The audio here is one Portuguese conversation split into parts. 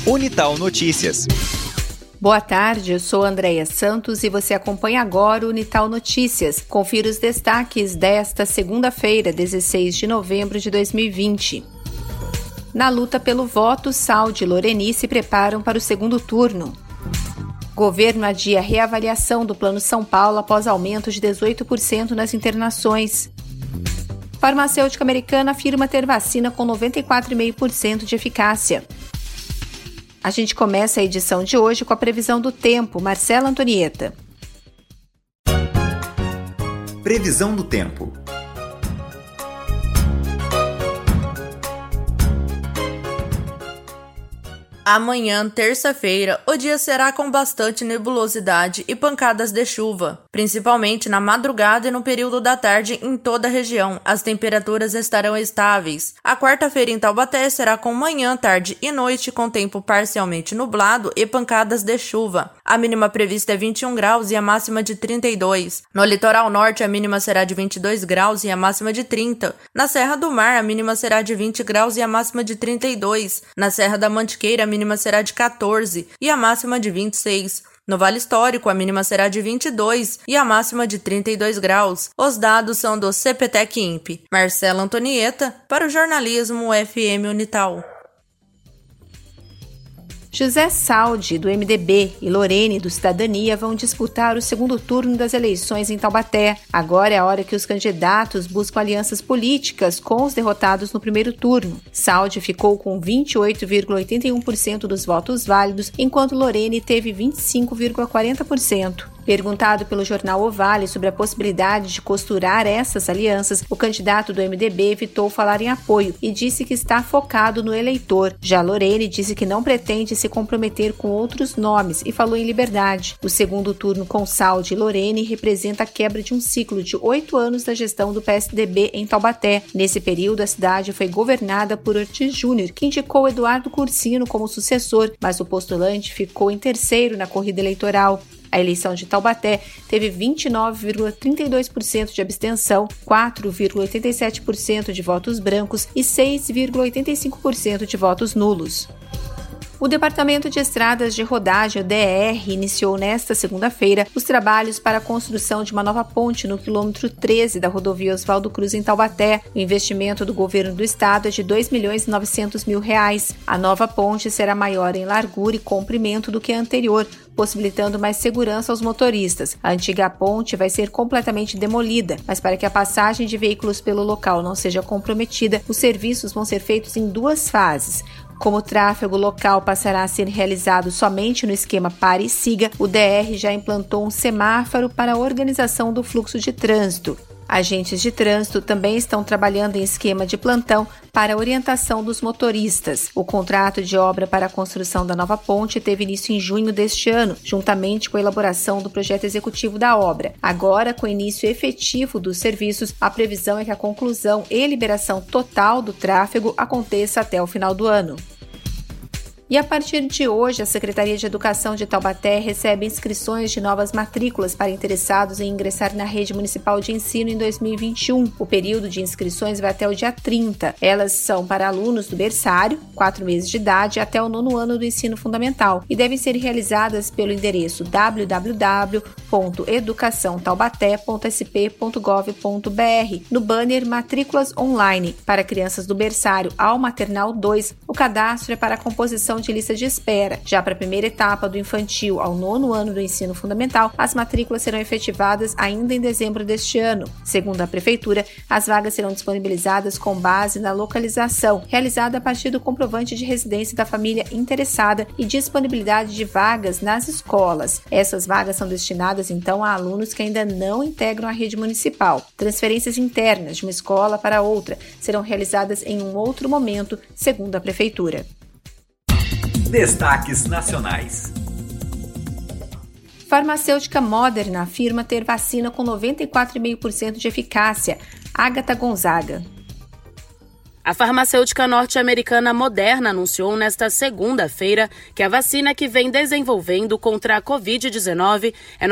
Unital Notícias. Boa tarde, eu sou Andréia Santos e você acompanha agora o Unital Notícias. Confira os destaques desta segunda-feira, 16 de novembro de 2020. Na luta pelo voto, Saud e Loreni se preparam para o segundo turno. Governo adia reavaliação do Plano São Paulo após aumento de 18% nas internações. Farmacêutica americana afirma ter vacina com 94,5% de eficácia. A gente começa a edição de hoje com a previsão do tempo. Marcela Antonieta. Previsão do tempo. Amanhã, terça-feira, o dia será com bastante nebulosidade e pancadas de chuva, principalmente na madrugada e no período da tarde em toda a região. As temperaturas estarão estáveis. A quarta-feira em Taubaté será com manhã, tarde e noite com tempo parcialmente nublado e pancadas de chuva. A mínima prevista é 21 graus e a máxima de 32. No litoral norte, a mínima será de 22 graus e a máxima de 30. Na Serra do Mar, a mínima será de 20 graus e a máxima de 32. Na Serra da Mantiqueira, a mínima será de 14 e a máxima de 26. No Vale Histórico, a mínima será de 22 e a máxima de 32 graus. Os dados são do CPTEC-INPE. Marcela Antonieta, para o jornalismo FM Unital. José Saud, do MDB, e Loreni, do Cidadania, vão disputar o segundo turno das eleições em Taubaté. Agora é a hora que os candidatos buscam alianças políticas com os derrotados no primeiro turno. Saud ficou com 28,81% dos votos válidos, enquanto Loreni teve 25,40%. Perguntado pelo jornal O Vale sobre a possibilidade de costurar essas alianças, o candidato do MDB evitou falar em apoio e disse que está focado no eleitor. Já Loreni disse que não pretende se comprometer com outros nomes e falou em liberdade. O segundo turno com Saud e Loreni representa a quebra de um ciclo de 8 anos da gestão do PSDB em Taubaté. Nesse período, a cidade foi governada por Ortiz Júnior, que indicou Eduardo Cursino como sucessor, mas o postulante ficou em terceiro na corrida eleitoral. A eleição de Taubaté teve 29,32% de abstenção, 4,87% de votos brancos e 6,85% de votos nulos. O Departamento de Estradas de Rodagem, o DR, iniciou nesta segunda-feira os trabalhos para a construção de uma nova ponte no quilômetro 13 da rodovia Oswaldo Cruz em Taubaté. O investimento do governo do estado é de R$ 2.900.000. A nova ponte será maior em largura e comprimento do que a anterior, possibilitando mais segurança aos motoristas. A antiga ponte vai ser completamente demolida, mas para que a passagem de veículos pelo local não seja comprometida, os serviços vão ser feitos em 2 fases. Como o tráfego local passará a ser realizado somente no esquema pare e siga, o DR já implantou um semáforo para a organização do fluxo de trânsito. Agentes de trânsito também estão trabalhando em esquema de plantão para a orientação dos motoristas. O contrato de obra para a construção da nova ponte teve início em junho deste ano, juntamente com a elaboração do projeto executivo da obra. Agora, com o início efetivo dos serviços, a previsão é que a conclusão e liberação total do tráfego aconteça até o final do ano. E a partir de hoje, a Secretaria de Educação de Taubaté recebe inscrições de novas matrículas para interessados em ingressar na rede municipal de ensino em 2021. O período de inscrições vai até o dia 30. Elas são para alunos do berçário, 4 meses de idade, até o 9º ano do ensino fundamental e devem ser realizadas pelo endereço www.educaçãotaubaté.sp.gov.br no banner Matrículas Online. Para crianças do berçário ao maternal 2, o cadastro é para a composição de lista de espera. Já para a primeira etapa do infantil ao 9º ano do ensino fundamental, as matrículas serão efetivadas ainda em dezembro deste ano. Segundo a Prefeitura, as vagas serão disponibilizadas com base na localização, realizada a partir do comprovante de residência da família interessada e disponibilidade de vagas nas escolas. Essas vagas são destinadas, então, a alunos que ainda não integram a rede municipal. Transferências internas de uma escola para outra serão realizadas em um outro momento, segundo a Prefeitura. Destaques nacionais. Farmacêutica Moderna afirma ter vacina com 94,5% de eficácia. Agatha Gonzaga. A farmacêutica norte-americana Moderna anunciou nesta segunda-feira que a vacina que vem desenvolvendo contra a Covid-19 é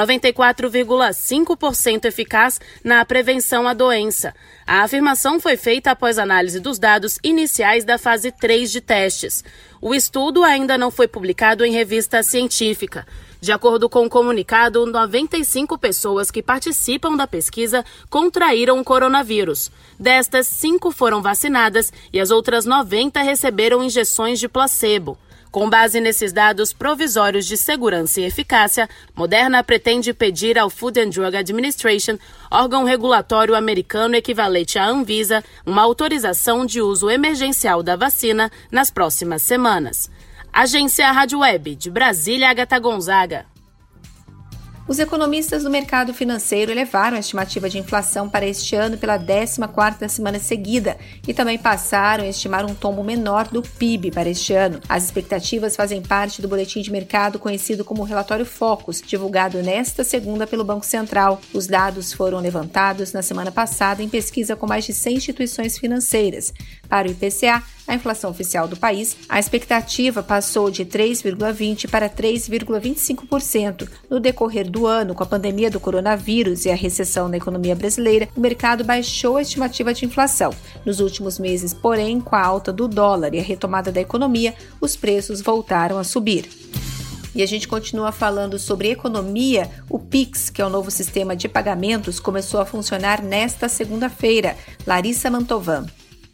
94,5% eficaz na prevenção à doença. A afirmação foi feita após análise dos dados iniciais da fase 3 de testes. O estudo ainda não foi publicado em revista científica. De acordo com o comunicado, 95 pessoas que participam da pesquisa contraíram o coronavírus. Destas, 5 foram vacinadas e as outras 90 receberam injeções de placebo. Com base nesses dados provisórios de segurança e eficácia, Moderna pretende pedir ao Food and Drug Administration, órgão regulatório americano equivalente à Anvisa, uma autorização de uso emergencial da vacina nas próximas semanas. Agência Rádio Web, de Brasília, Agatha Gonzaga. Os economistas do mercado financeiro elevaram a estimativa de inflação para este ano pela 14ª semana seguida e também passaram a estimar um tombo menor do PIB para este ano. As expectativas fazem parte do boletim de mercado conhecido como Relatório Focus, divulgado nesta segunda pelo Banco Central. Os dados foram levantados na semana passada em pesquisa com mais de 100 instituições financeiras. Para o IPCA, a inflação oficial do país, a expectativa passou de 3,20% para 3,25%. No decorrer do ano, com a pandemia do coronavírus e a recessão na economia brasileira, o mercado baixou a estimativa de inflação. Nos últimos meses, porém, com a alta do dólar e a retomada da economia, os preços voltaram a subir. E a gente continua falando sobre economia. O Pix, que é o novo sistema de pagamentos, começou a funcionar nesta segunda-feira. Larissa Mantovan.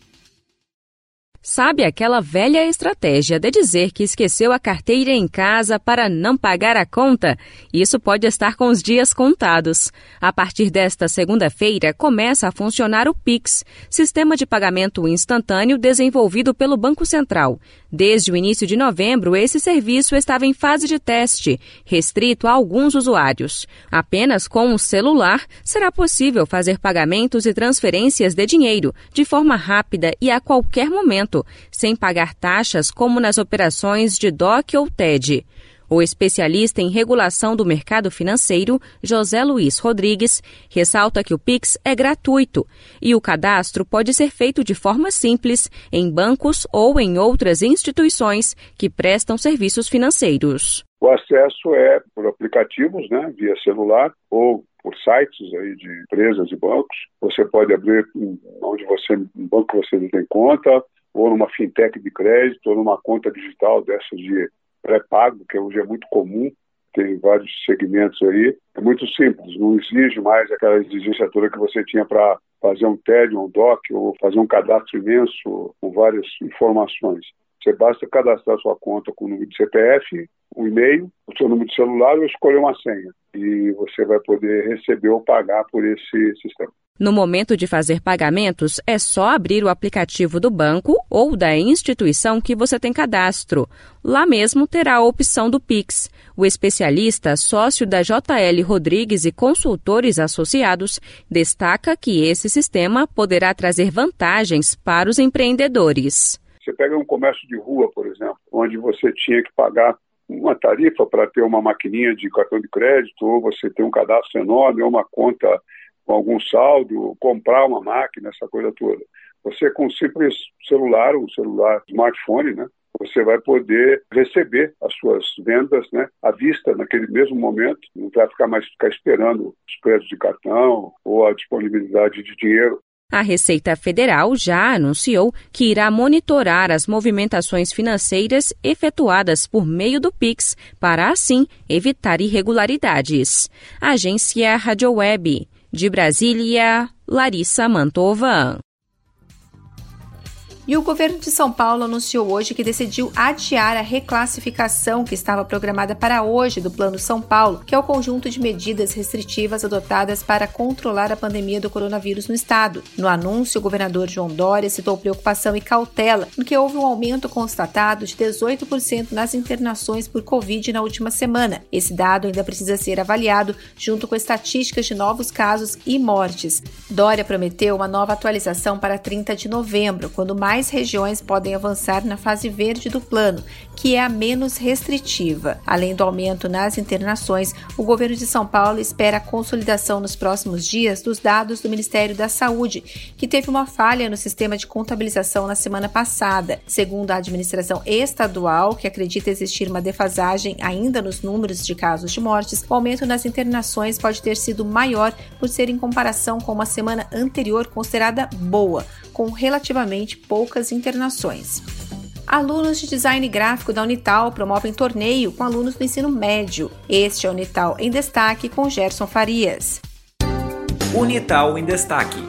Sabe aquela velha estratégia de dizer que esqueceu a carteira em casa para não pagar a conta? Isso pode estar com os dias contados. A partir desta segunda-feira, começa a funcionar o Pix, sistema de pagamento instantâneo desenvolvido pelo Banco Central. Desde o início de novembro, esse serviço estava em fase de teste, restrito a alguns usuários. Apenas com o celular será possível fazer pagamentos e transferências de dinheiro de forma rápida e a qualquer momento, sem pagar taxas como nas operações de DOC ou TED. O especialista em regulação do mercado financeiro, José Luiz Rodrigues, ressalta que o Pix é gratuito e o cadastro pode ser feito de forma simples em bancos ou em outras instituições que prestam serviços financeiros. O acesso é por aplicativos, via celular ou por sites aí de empresas e bancos. Você pode abrir um banco que você não tem conta, ou numa fintech de crédito, ou numa conta digital dessas de pré-pago, que hoje é muito comum, tem vários segmentos aí. É muito simples, não exige mais aquela exigência toda que você tinha para fazer um TED, um DOC, ou fazer um cadastro imenso com várias informações. Você basta cadastrar sua conta com o número de CPF, o e-mail, o seu número de celular ou escolher uma senha. E você vai poder receber ou pagar por esse sistema. No momento de fazer pagamentos, é só abrir o aplicativo do banco ou da instituição que você tem cadastro. Lá mesmo terá a opção do Pix. O especialista, sócio da JL Rodrigues e consultores associados, destaca que esse sistema poderá trazer vantagens para os empreendedores. Você pega um comércio de rua, por exemplo, onde você tinha que pagar uma tarifa para ter uma maquininha de cartão de crédito, ou você ter um cadastro enorme, ou uma conta com algum saldo, comprar uma máquina, essa coisa toda. Você com um simples celular, smartphone, você vai poder receber as suas vendas à vista naquele mesmo momento, não vai ficar esperando os créditos de cartão ou a disponibilidade de dinheiro. A Receita Federal já anunciou que irá monitorar as movimentações financeiras efetuadas por meio do Pix para, assim, evitar irregularidades. Agência Rádio Web. De Brasília, Larissa Mantovan. E o governo de São Paulo anunciou hoje que decidiu adiar a reclassificação que estava programada para hoje do Plano São Paulo, que é o conjunto de medidas restritivas adotadas para controlar a pandemia do coronavírus no estado. No anúncio, o governador João Dória citou preocupação e cautela, porque houve um aumento constatado de 18% nas internações por Covid na última semana. Esse dado ainda precisa ser avaliado junto com estatísticas de novos casos e mortes. Dória prometeu uma nova atualização para 30 de novembro, quando mais mais regiões podem avançar na fase verde do plano, que é a menos restritiva. Além do aumento nas internações, o governo de São Paulo espera a consolidação nos próximos dias dos dados do Ministério da Saúde, que teve uma falha no sistema de contabilização na semana passada. Segundo a administração estadual, que acredita existir uma defasagem ainda nos números de casos de mortes, o aumento nas internações pode ter sido maior por ser em comparação com uma semana anterior considerada boa, com relativamente poucas internações. Alunos de design gráfico da Unital promovem torneio com alunos do ensino médio. Este é o Unital em Destaque com Gerson Farias. Unital em Destaque.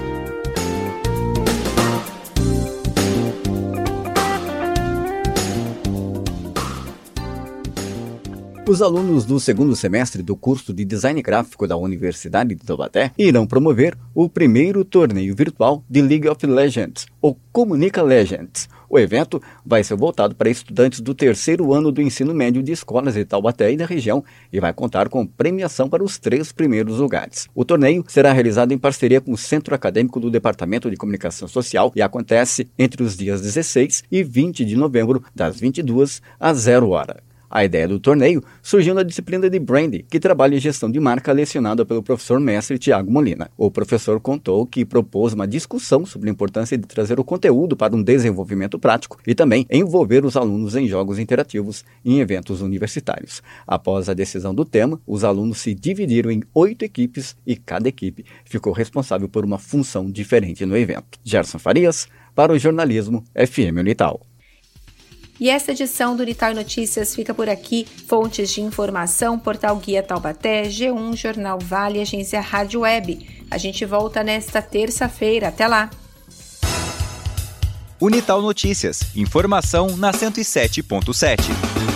Os alunos do segundo semestre do curso de Design Gráfico da Universidade de Taubaté irão promover o primeiro torneio virtual de League of Legends, o Comunica Legends. O evento vai ser voltado para estudantes do terceiro ano do ensino médio de escolas de Taubaté e da região e vai contar com premiação para os 3 primeiros lugares. O torneio será realizado em parceria com o Centro Acadêmico do Departamento de Comunicação Social e acontece entre os dias 16 e 20 de novembro, das 22 às 0 hora. A ideia do torneio surgiu na disciplina de Branding, que trabalha em gestão de marca lecionada pelo professor mestre Tiago Molina. O professor contou que propôs uma discussão sobre a importância de trazer o conteúdo para um desenvolvimento prático e também envolver os alunos em jogos interativos e em eventos universitários. Após a decisão do tema, os alunos se dividiram em 8 equipes e cada equipe ficou responsável por uma função diferente no evento. Gerson Farias, para o Jornalismo FM Unital. E esta edição do Unital Notícias fica por aqui. Fontes de informação, Portal Guia Taubaté, G1, Jornal Vale, Agência Rádio Web. A gente volta nesta terça-feira. Até lá! Unital Notícias. Informação na 107.7.